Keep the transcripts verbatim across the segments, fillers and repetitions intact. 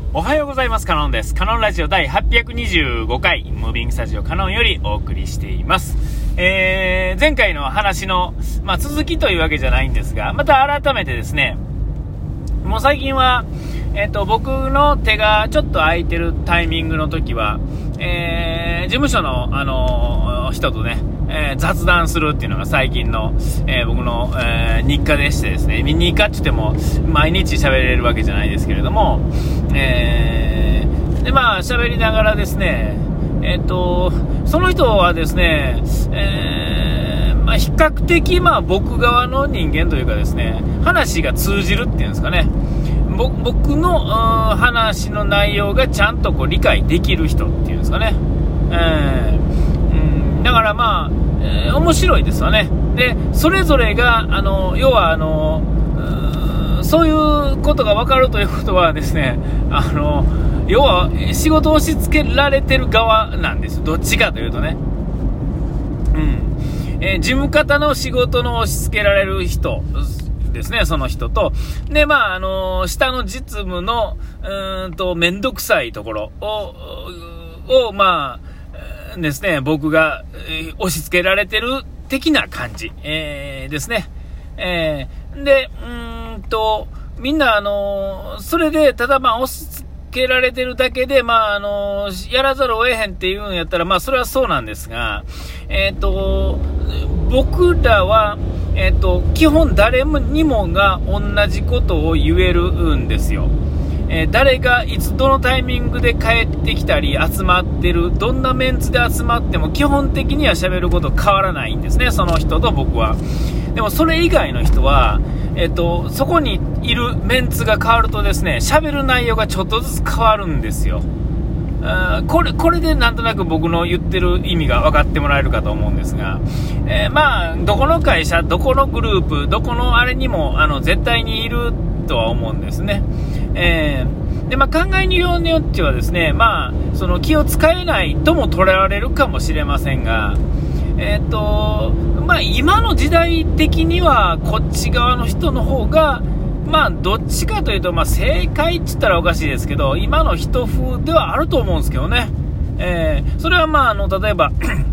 おはようございます。カノンです。カノンラジオ第はっぴゃくにじゅうごかい、ムービングスタジオカノンよりお送りしています。えー、前回の話の、まあ、続きというわけじゃないんですが、また改めてですね、もう最近は、えっと、僕の手がちょっと空いてるタイミングの時は、えー、事務所の、あのー、人とね、えー、雑談するっていうのが最近の、えー、僕の、えー、日課でしてですね、日課って言っても毎日喋れるわけじゃないですけれども、えー、でまあ喋りながらですね、えっとその人はですね、えーまあ、比較的まあ僕側の人間というかですね、話が通じるっていうんですかね、ぼ僕の話の内容がちゃんとこう理解できる人っていうんですかね、えー、うん、だからまあ、えー、面白いですわね。でそれぞれがあの要はあのそういうことが分かるということはですね、あの要は仕事を押し付けられてる側なんです。どっちかというとね、うんえー、事務方の仕事の押し付けられる人ですね、その人とで、まああの下の実務のうーんと面倒くさいところををまあですね、僕が、えー、押し付けられてる的な感じ、えー、ですね、えー、でうーんとみんなあのー、それでただまあ押し付けられてるだけでまああのー、やらざるを得へんっていうんやったらまあそれはそうなんですが、えっと僕らはえっと基本誰にもが同じことを言えるんですよ。えー、誰がいつどのタイミングで帰ってきたり集まってる、どんなメンツで集まっても基本的には喋ること変わらないんですね、その人と僕は。でもそれ以外の人は、えっと、そこにいるメンツが変わるとですね、喋る内容がちょっとずつ変わるんですよ。あこれ、これでなんとなく僕の言ってる意味が分かってもらえるかと思うんですが、えー、まあどこの会社、どこのグループ、どこのあれにもあの絶対にいるとは思うんですね。えーでまあ、考えようによってはですね、まあ、その気を使えないとも捉えられるかもしれませんが、えーとまあ、今の時代的にはこっち側の人の方が、まあ、どっちかというと、まあ、正解って言ったらおかしいですけど、今の人風ではあると思うんですけどね、えー、それは、まあ、あの例えば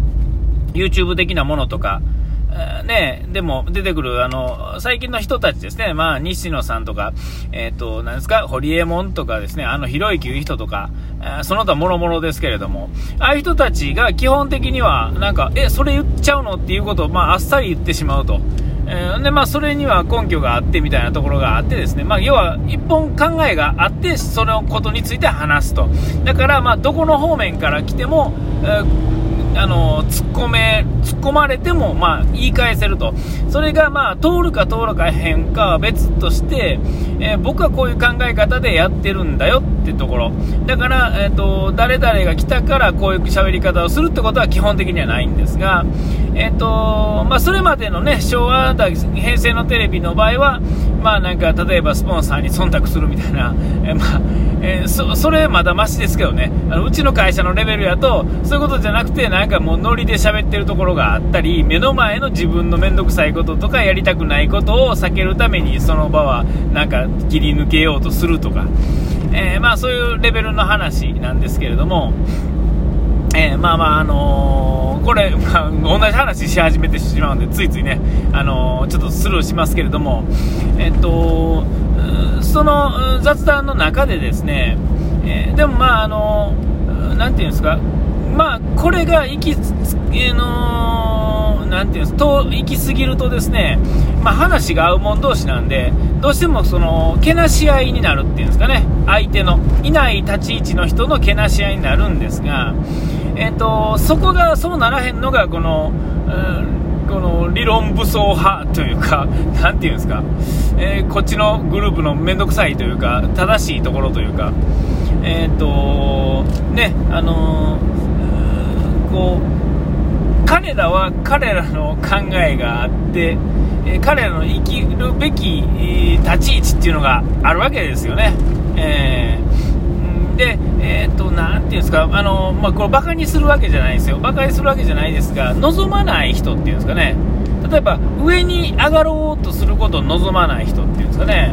YouTube 的なものとかね、でも出てくるあの最近の人たちですね、まあ、西野さんとか、えー、となんですかホリエモンとかですね、あのひろゆきいう人とか、その他もろもろですけれども、ああいう人たちが基本的にはなんかえそれ言っちゃうのっていうことを、まあ、あっさり言ってしまうと、えーでまあ、それには根拠があってみたいなところがあってですね、まあ、要は一本考えがあってそのことについて話すと。だから、まあ、どこの方面から来ても、えーあの突っ込め突っ込まれてもまあ言い返せると。それがまあ通るか通るかへんかは別として、えー、僕はこういう考え方でやってるんだよってところだから、えーと、誰々が来たからこういう喋り方をするってことは基本的にはないんですが、えーとまあ、それまでのね昭和だ平成のテレビの場合はまあなんか例えばスポンサーに忖度するみたいな、えーまあえー、そ, それまだマシですけどね、あのうちの会社のレベルやとそういうことじゃなくてなんかもうノリで喋ってるところがあったり、目の前の自分のめんどくさいこととかやりたくないことを避けるためにその場はなんか切り抜けようとするとか、えー、まあそういうレベルの話なんですけれども、えー、まあまああのー、これ、まあ、同じ話し始めてしまうんでついついね、あのー、ちょっとスルーしますけれども、えっとその雑談の中でですね、えー、でもまああのなんていうんですか、まあこれが行き、えー、のなんていうんですと行き過ぎるとですね、まあ話が合う者同士なんでどうしてもそのけなし合いになるっていうんですかね、相手のいない立ち位置の人のけなし合いになるんですが、えーとそこがそうならへんのがこの、うんこの理論武装派というか、なんていうんですか、えー、こっちのグループのめんどくさいというか正しいところというか、えっとねあのー、こう彼らは彼らの考えがあって、えー、彼らの生きるべき、えー、立ち位置っていうのがあるわけですよね。えー、でえー、となんていうんですか、あの、まあ、これバカにするわけじゃないですよ、バカにするわけじゃないですが、望まない人っていうんですかね、例えば上に上がろうとすることを望まない人っていうんですかね、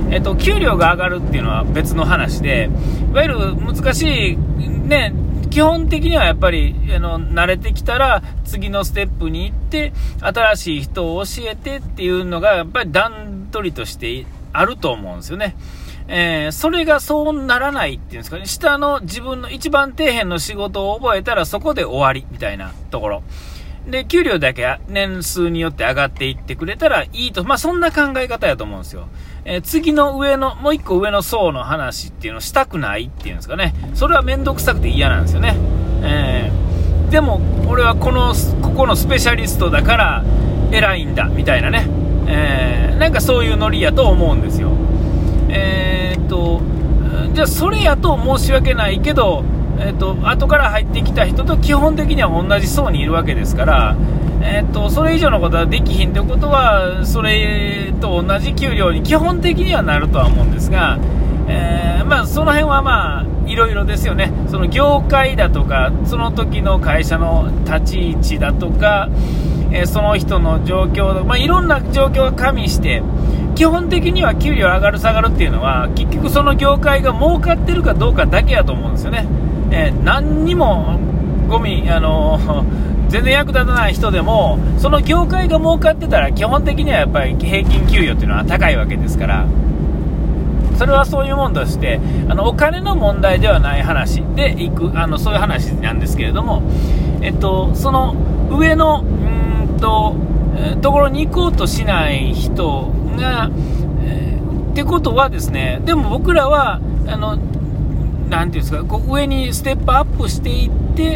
えっと、給料が上がるっていうのは別の話で、いわゆる難しい、ね、基本的にはやっぱりあの慣れてきたら次のステップに行って新しい人を教えてっていうのがやっぱり段取りとしてあると思うんですよね。えー、それがそうならないっていうんですかね、下の自分の一番底辺の仕事を覚えたらそこで終わりみたいなところで、給料だけ年数によって上がっていってくれたらいいと、まあそんな考え方やと思うんですよ。えー、次の上のもう一個上の層の話っていうのをしたくないっていうんですかね、それはめんどくさくて嫌なんですよね。えー、でも俺はこのここのスペシャリストだから偉いんだみたいなね、えー、なんかそういうノリやと思うんですよ。えー、っとじゃあそれやと申し訳ないけど、えー、と後から入ってきた人と基本的には同じ層にいるわけですから、えー、とそれ以上のことはできひんということはそれと同じ給料に基本的にはなるとは思うんですが、えーまあ、その辺はまあいろいろですよね。その業界だとかその時の会社の立ち位置だとか、えー、その人の状況、まあ、いろんな状況が加味して基本的には給料上がる下がるっていうのは結局その業界が儲かってるかどうかだけやと思うんですよね。えー、何にもゴミ、あのー、全然役立たない人でもその業界が儲かってたら基本的にはやっぱり平均給与っていうのは高いわけですから、それはそういうもんとしてあのお金の問題ではない話でいく、あのそういう話なんですけれども、えっと、その上のうーんとところに行こうとしない人が、えー、ってことはですね、でも僕らはあのなんていうんですか、こう上にステップアップしていって、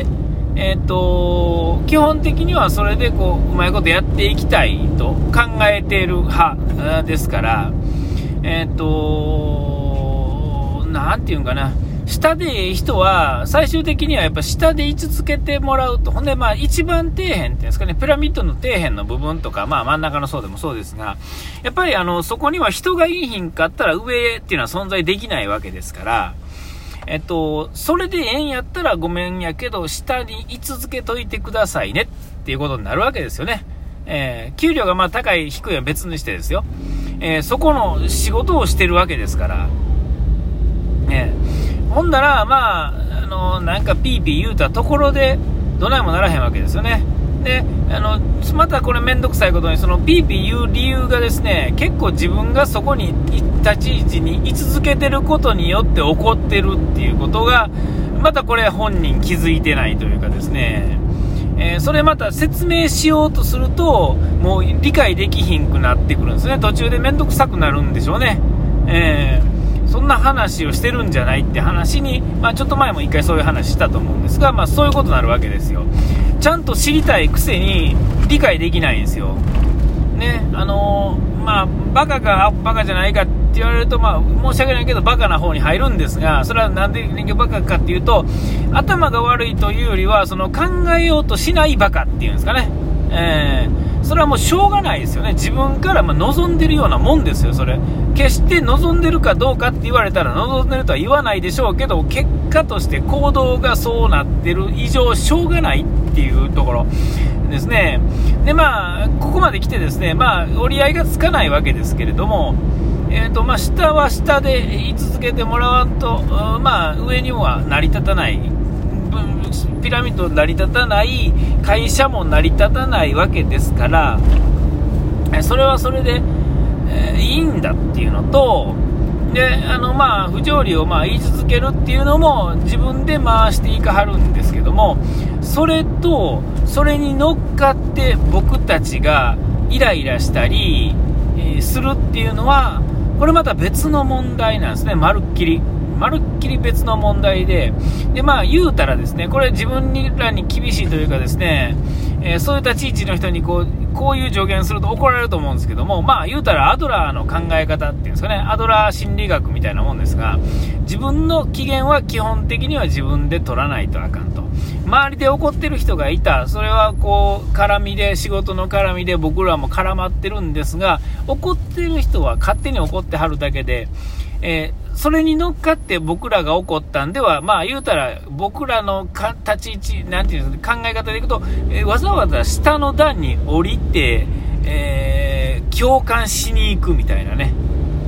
えー、と基本的にはそれでこううまいことやっていきたいと考えている派ですから、えー、となんていうんかな、下でいい人は最終的にはやっぱ下で居続けてもらうと、ほんでまあ一番底辺っていうんですかね、ピラミッドの底辺の部分とか、まあ真ん中の層でもそうですが、やっぱりあのそこには人がいいひんかったら上っていうのは存在できないわけですから、えっと、それでええんやったらごめんやけど下に居続けといてくださいねっていうことになるわけですよね。えー、給料がまあ高い低いは別にしてですよ、えー、そこの仕事をしてるわけですから、ね、ほんだらまあ、あのなんかピーピー言うたところでどないもならへんわけですよね。で、あのまたこれめんどくさいことに、そのピーピー言う理由がですね、結構自分がそこに立ち位置に居続けてることによって起こってるっていうことがまたこれ本人気づいてないというかですね、えー、それまた説明しようとするともう理解できひんくなってくるんですね。途中でめんどくさくなるんでしょうね。えー、そんな話をしてるんじゃないって話に、まあ、ちょっと前も一回そういう話したと思うんですが、まあ、そういうことになるわけですよ。ちゃんと知りたいくせに理解できないんですよ、ね。あのー、まあバカかバカじゃないかって言われると、まあ申し訳ないけどバカな方に入るんですが、それはなんでバカかっていうと、頭が悪いというよりはその考えようとしないバカっていうんですかね。えー、それはもうしょうがないですよね。自分からまあ望んでるようなもんですよ。それ決して望んでるかどうかって言われたら望んでるとは言わないでしょうけど、結果として行動がそうなってる以上しょうがないっていうところですね。でまあここまで来てですね、まあ折り合いがつかないわけですけれども、えーとまあ、下は下で居続けてもらわんと、まあ上には成り立たない、ピラミッド成り立たない会社も成り立たないわけですから、それはそれで、えー、いいんだっていうのと、であのまあ不条理をまあ言い続けるっていうのも自分で回していかはるんですけども、それとそれに乗っかって僕たちがイライラしたり、えー、するっていうのはこれまた別の問題なんですね。まるっきりまるっきり別の問題で、でまあ言うたらですね、これ自分らに厳しいというかですね、えー、そういう立ち位置の人にこうこういう助言すると怒られると思うんですけども、まあ言うたらアドラーの考え方っていうんですかね、アドラー心理学みたいなもんですが、自分の機嫌は基本的には自分で取らないとあかんと。周りで怒ってる人がいた、それはこう絡みで、仕事の絡みで僕らも絡まってるんですが、怒ってる人は勝手に怒ってはるだけで、えー、それに乗っかって僕らが怒ったんでは、まあ言うたら僕らのか立ち位置なんていうんですか、考え方でいくと、えー、わざわざ下の段に降りて、えー、共感しに行くみたいなね、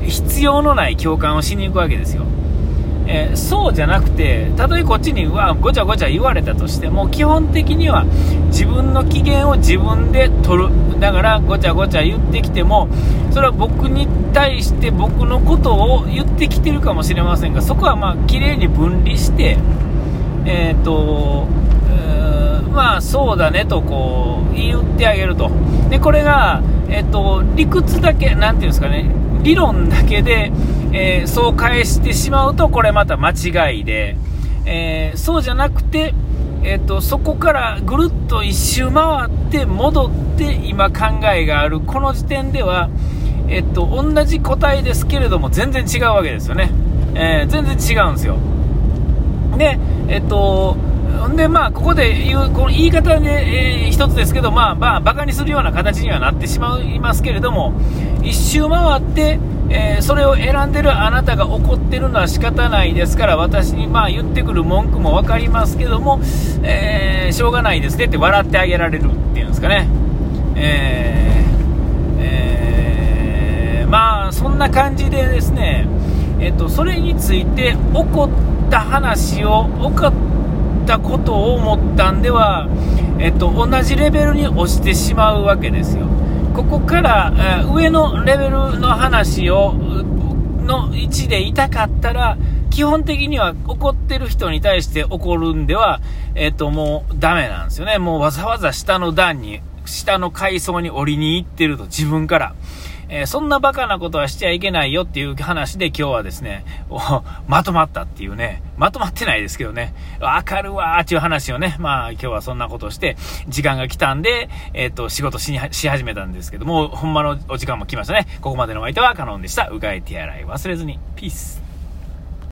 必要のない共感をしに行くわけですよ。えー、そうじゃなくて、たとえこっちにわごちゃごちゃ言われたとしても、基本的には自分の機嫌を自分で取る。だからごちゃごちゃ言ってきても、それは僕に対して僕のことを言ってきてるかもしれませんが、そこはまあ綺麗に分離して、えーとえー、まあそうだねとこう言ってあげると。でこれが、えーと理屈だけ、なんていうんですかね、理論だけで、えー、そう返してしまうとこれまた間違いで、えー、そうじゃなくて、えーと、そこからぐるっと一周回って戻って今考えがあるこの時点では、えーと、同じ答えですけれども全然違うわけですよね。えー、全然違うんですよ。で、えーとでまあ、ここで言うこの言い方で、えー、一つですけど、まあまあ、バカにするような形にはなってしまいますけれども、一周回って、えー、それを選んでるあなたが怒ってるのは仕方ないですから、私にまあ言ってくる文句も分かりますけども、えー、しょうがないですねって笑ってあげられるっていうんですかね。えーえー、まあそんな感じでですね、えーと、それについて怒った話を怒ったことを思ったんでは、えっと、同じレベルに落ちてしまうわけですよ。ここから、えー、上のレベルの話をの位置でいたかったら、基本的には怒ってる人に対して怒るんでは、えっと、もうダメなんですよね。もうわざわざ下の段に、下の階層に降りに行ってると、自分から。えー、そんなバカなことはしちゃいけないよっていう話で今日はですね、まとまったっていうね、まとまってないですけどね、わかるわーっていう話をね、まあ今日はそんなことをして、時間が来たんで、えっと、仕事しに、し始めたんですけども、ほんまのお時間も来ましたね。ここまでのお相手はカノンでした。うがい手洗い忘れずに。ピース。